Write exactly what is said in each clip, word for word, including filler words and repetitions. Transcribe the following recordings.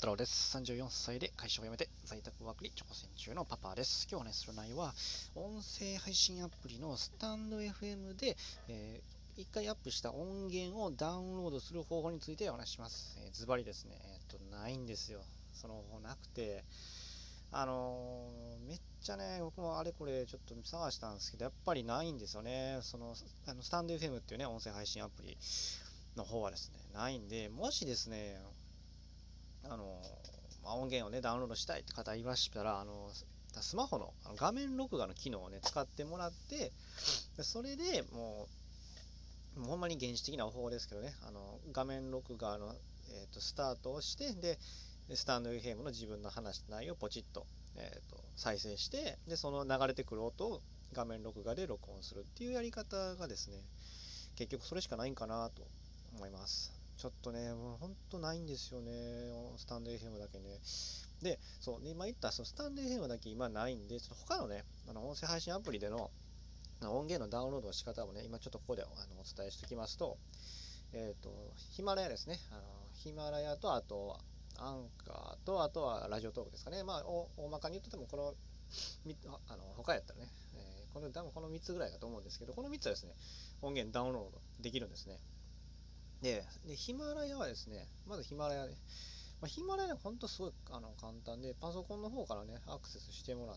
太郎です。さんじゅうよんさいで会社を辞めて在宅ワークに挑戦中のパパです。今日お話しする内容は、音声配信アプリのスタンド エフエム で、えー、いっかいアップした音源をダウンロードする方法についてお話しします。えー、ズバリですね、えー、っと、ないんですよ。その方法なくて、あのーめっちゃね、僕もあれこれちょっと探したんですけど、やっぱりないんですよね。その、あのスタンド エフエム っていうね、音声配信アプリの方はですね、ないんで、もしですね、あの、まあ、音源をね、ダウンロードしたいって方いましたら、あの、スマホの画面録画の機能をね、使ってもらって、それでもう、もうほんまに原始的な方法ですけどね、あの画面録画の、えーと、スタートをして、で、スタンド エフエム の自分の話した内容をポチッと、えーと、再生して、で、その流れてくる音を画面録画で録音するっていうやり方がですね、結局それしかないんかなと思います。ちょっとね、もうほんとないんですよね、スタンド エフエム だけね。で、そう、で今言ったそのスタンド エフエム だけ今ないんで、ちょっと他のね、あの音声配信アプリでの音源のダウンロードの仕方をね、今ちょっとここであのお伝えしておきますと、えっ、ー、と、ヒマラヤですね。あのヒマラヤと、あと、アンカーと、あとはラジオトークですかね。まあ、大まかに言っても、この、あの他やったらね、えー、この多分このみっつぐらいだと思うんですけど、このみっつはですね、音源ダウンロードできるんですね。で、でヒマラヤはですね、まずヒマラヤね、まあ、ヒマラヤは本当すごいあの簡単で、パソコンの方からね、アクセスしてもらって、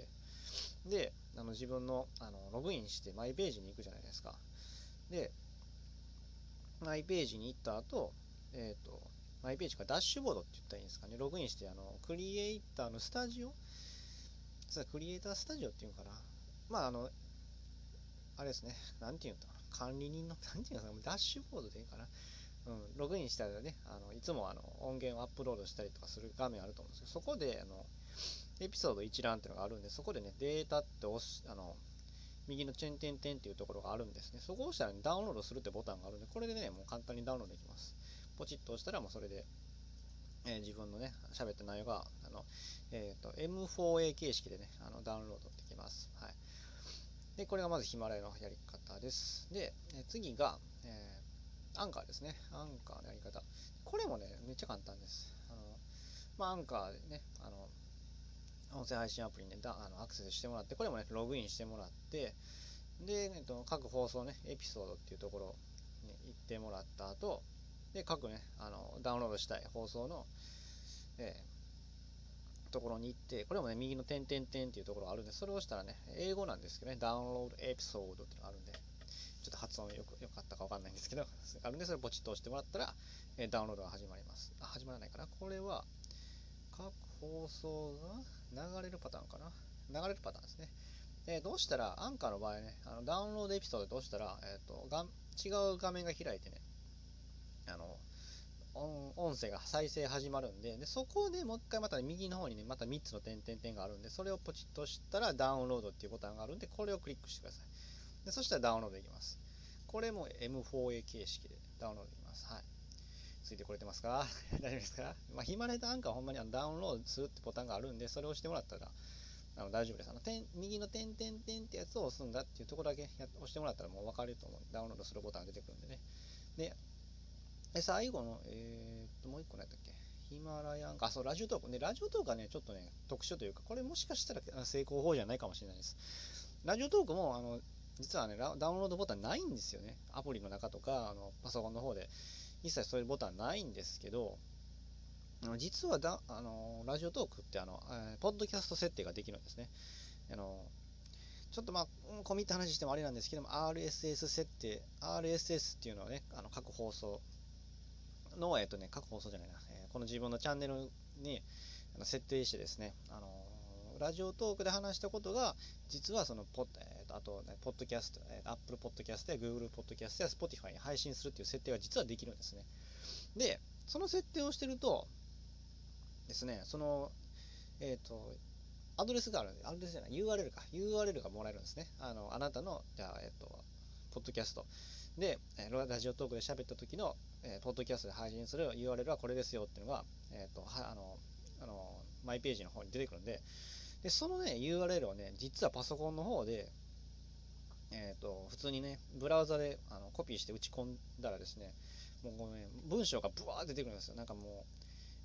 で、あの自分のあのログインしてマイページに行くじゃないですか。で、マイページに行った後、えっ、ー、と、マイページかダッシュボードって言ったらいいんですかね、ログインして、あの、クリエイターのスタジオ、クリエイタースタジオっていうのかな。まあ、あの、あれですね、なんていうのかな、管理人の、なんていうのかな、ダッシュボードでいいかな。うん、ログインしたらね、あのいつもあの音源をアップロードしたりとかする画面あると思うんですけど、そこであのエピソード一覧っていうのがあるんで、そこでね、データって押し、あの右のチェンテンテンっていうところがあるんですね。そこを押したら、ね、ダウンロードするってボタンがあるんで、これでね、もう簡単にダウンロードできます。ポチッと押したら、もうそれで、えー自分のね、喋った内容が、あの、えっ、ー、と、エムフォーエー 形式でね、あのダウンロードできます。はい。で、これがまずヒマラヤのやり方です。で、え次が、えー、アンカーですね。アンカーのやり方。これもね、めっちゃ簡単です。あの、まあ、アンカーでね、あの、音声配信アプリにね、だあのアクセスしてもらって、これもね、ログインしてもらって、で、えっと、各放送ね、エピソードっていうところに行ってもらった後、で、各ね、あの、ダウンロードしたい放送の、えーところに行って、これもね、右の点々点っていうところがあるんで、それを押したらね、英語なんですけどね、ダウンロードエピソードっていうのがあるんで、ちょっと発音よく、よかったかわかんないんですけど、あるんで、それをポチッと押してもらったら、えーダウンロードが始まります。あ、始まらないかな。これは、各放送が流れるパターンかな。流れるパターンですね。えーどうしたら、アンカーの場合ね、あのダウンロードエピソードでどうしたら、えーと、が違う画面が開いてね、あの、音声が再生始まるんで、でそこでもう一回また、ね、右の方にね、またみっつの点々点があるんで、それをポチッと押したらダウンロードっていうボタンがあるんで、これをクリックしてください。でそしたらダウンロードできます。これも エムフォーエー 形式でダウンロードできます。はい。ついてこれてますか？大丈夫ですか？まあ、ヒマラヤとアンカーはほんまにあのダウンロードするってボタンがあるんで、それを押してもらったらあの大丈夫です。あの点右の点点点ってやつを押すんだっていうところだけ押してもらったらもう分かると思う。ダウンロードするボタンが出てくるんでね。で、で最後の、えー、っと、もう一個何やったっけ、ヒマラヤンか、あ、そう、ラジオトーク。で、ラジオトークはね、ちょっとね、特殊というか、これもしかしたら成功法じゃないかもしれないです。ラジオトークも、あの、実はね、ダウンロードボタンないんですよね。アプリの中とか、あのパソコンの方で。一切そういうボタンないんですけど、実はだあのラジオトークってあの、えーポッドキャスト設定ができるんですね。あのちょっとまあ、込み入った話してもあれなんですけども、アールエスエス 設定、アールエスエス っていうのはね、あの各放送の、えっとね、各放送じゃないな、えーこの自分のチャンネルに設定してですね、あのラジオトークで話したことが、実はそのポッ、えーと、あと、ね、ポッドキャスト、えー、Apple Podcast や Google Podcast や Spotify に配信するっていう設定が実はできるんですね。で、その設定をしてるとですね、その、えっ、と、アドレスがあるんで、アドレスじゃない、ユーアールエル か。ユーアールエル がもらえるんですね。あの、あなたの、じゃあ、えっ、と、ポッドキャストで、えーラジオトークで喋った時の、えーポッドキャストで配信する ユーアールエル はこれですよっていうのが、えっ、と、は、あの、あの、マイページの方に出てくるんで、で、そのね、ユーアールエル をね、実はパソコンの方で、えっ、と、普通にね、ブラウザであのコピーして打ち込んだらですね、もうごめん、文章がブワーって出てくるんですよ。なんかもう、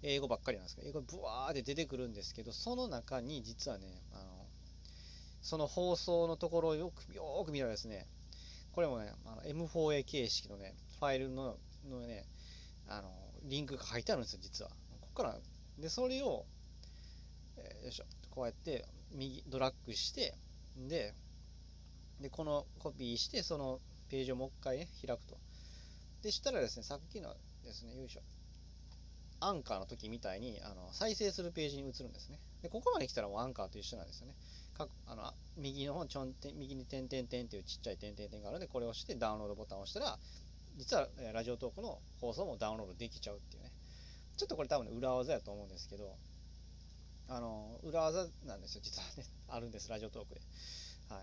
英語ばっかりなんですけど、英語ブワーって出てくるんですけど、その中に実はね、あのその放送のところをよくよーく見たらですね、これもね、あの エムフォーエー 形式のね、ファイルののね、あのリンクが書いてあるんですよ、実は。ここから、で、それを、えーよいしょ、こうやって右ドラッグして、で、でこのコピーして、そのページをもう一回ね、開くと。でしたらですね、さっきのですね、よいしょ、アンカーの時みたいにあの再生するページに移るんですね。で、ここまで来たらもうアンカーと一緒なんですよね。かあの右の方ちょんて右に点々点っていうちっちゃい点々点があるので、これを押してダウンロードボタンを押したら、実はラジオトークの放送もダウンロードできちゃうっていうね。ちょっとこれ多分、ね、裏技やと思うんですけど、あの裏技なんですよ、実はね。あるんです、ラジオトークで。はい。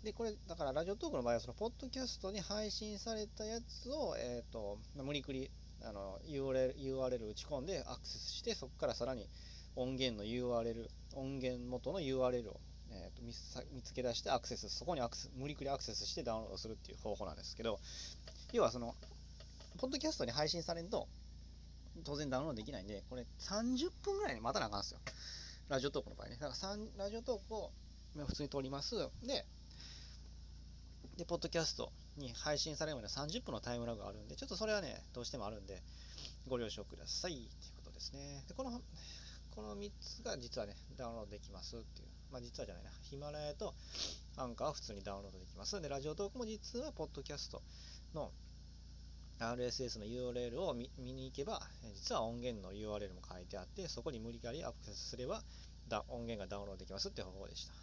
で、これ、だからラジオトークの場合は、そのポッドキャストに配信されたやつを、えっ、ー、と、無理くりあの ユーアールエル, ユーアールエル 打ち込んでアクセスして、そこからさらに音源の ユーアールエル、音源元の ユーアールエル を、えー、と見つけ出してアクセス、そこにアクセス無理くりアクセスしてダウンロードするっていう方法なんですけど、要はその、ポッドキャストに配信されると、当然ダウンロードできないんで、これさんじゅっぷんぐらいに待たなあかんですよ。ラジオトークの場合ね。だからラジオトークを普通に撮ります。で、で、ポッドキャストに配信されるまでさんじゅっぷんのタイムラグがあるんで、ちょっとそれはね、どうしてもあるんで、ご了承くださいっていうことですね。で、この、このみっつが実はね、ダウンロードできますっていう。まあ実はじゃないな。ヒマラヤとアンカーは普通にダウンロードできます。で、ラジオトークも実はポッドキャストの アールエスエス の ユーアールエル を 見, 見に行けば、実は音源の ユーアールエル も書いてあって、そこに無理やりアクセスすれば音源がダウンロードできますって方法でした。はい、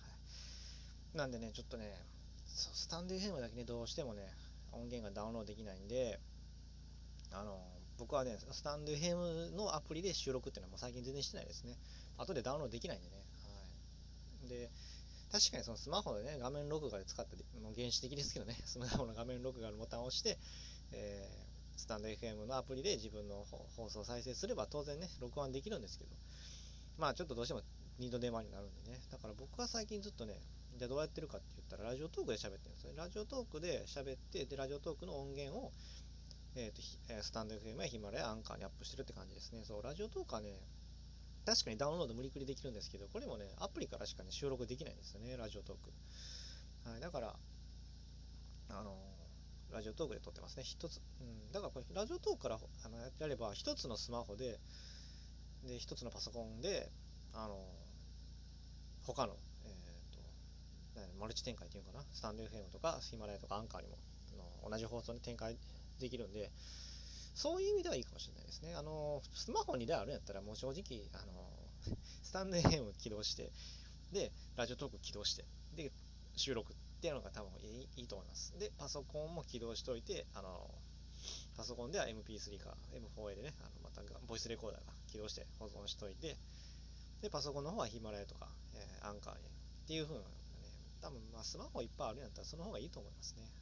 なんでね、ちょっとね、スタンド エフエム だけね、どうしてもね、音源がダウンロードできないんで、あの僕はね、スタンド エフエム のアプリで収録っていうのはもう最近全然してないですね。後でダウンロードできないんでね。はい、で、確かにそのスマホでね、画面録画で使った、もう原始的ですけどね、スマホの画面録画のボタンを押して、えー、スタンド エフエム のアプリで自分の放送を再生すれば当然ね、録音できるんですけど、まあちょっとどうしても二度手間になるんでね。だから僕は最近ずっとね、じゃあどうやってるかって言ったら、ラジオトークで喋ってるんですよね。ラジオトークで喋って、で、ラジオトークの音源を、えーと、スタンド エフエム やヒマラヤ、アンカーにアップしてるって感じですね。そう、ラジオトークはね、確かにダウンロード無理くりできるんですけど、これもね、アプリからしかね、収録できないんですよね、ラジオトーク。はい、だから、あのー、ラジオトークで撮ってますね。一つ、うん、だからこれ、ラジオトークからあのやれば、一つのスマホで、で、一つのパソコンで、あのー、他の、えーと、マルチ展開っていうのかな、スタンド エフエム とかヒマラヤとかアンカーにもの同じ放送に展開できるんで、そういう意味ではいいかもしれないですね。あのスマホにであるんやったら、もう正直あのスタンド エフエム 起動して、でラジオトーク起動して、で収録っていうのが多分いい、いいと思います。でパソコンも起動しておいて、あのパソコンでは エムピースリー か エムフォーエー でね、あのまたボイスレコーダーが起動して保存しておいて、でパソコンの方はヒマラヤとか、えー、アンカーにっていう風なね、多分まあスマホいっぱいあるんやったらその方がいいと思いますね。はい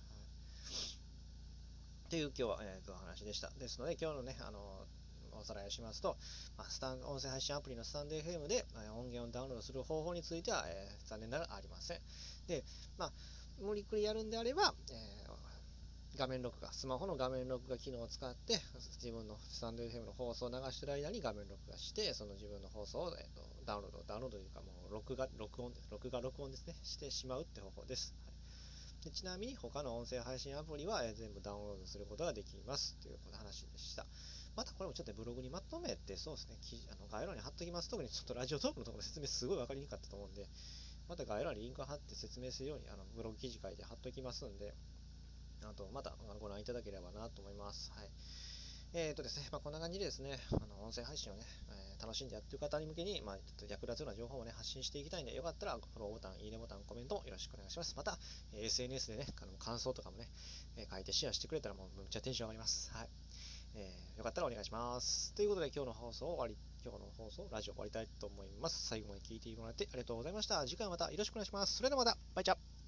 、っていう今日は、えー、と話でした。ですので今日のね、あのおさらいをしますと、まあ、スタン音声配信アプリのスタンド エフエム で、えー、音源をダウンロードする方法については、えー、残念ながらありません。で、まあ、無理くりやるんであれば、えー画面録画、スマホの画面録画機能を使って自分のスタンド エフエム の放送を流している間に画面録画して、その自分の放送を、えー、とダウンロードダウンロードというか、もう録画録音です録画録音ですね、してしまうって方法です。はい、でちなみに他の音声配信アプリは、えー、全部ダウンロードすることができますという話でした。またこれもちょっとブログにまとめて、そうですね、あの概要欄に貼っときます。特にちょっとラジオトークのところの説明すごい分かりにくかったと思うんで、また概要欄にリンクを貼って説明するように、あのブログ記事書いて貼っときますんで、あとまたご覧いただければなと思います。はい。えーとですね、まあ、こんな感じでですね、あの音声配信をね、えー、楽しんでやってる方に向けに、まあ、ちょっと役立つような情報をね、発信していきたいんで、よかったらフォローボタン、いいねボタン、コメントもよろしくお願いします。また、えー、エスエヌエス でね、あの感想とかもね、えー、書いてシェアしてくれたらもうめっちゃテンション上がります。はい。えー、よかったらお願いします。ということで、今日の放送を終わり、今日の放送、ラジオ終わりたいと思います。最後まで聞いてもらってありがとうございました。次回はまたよろしくお願いします。それではまた、バイチャ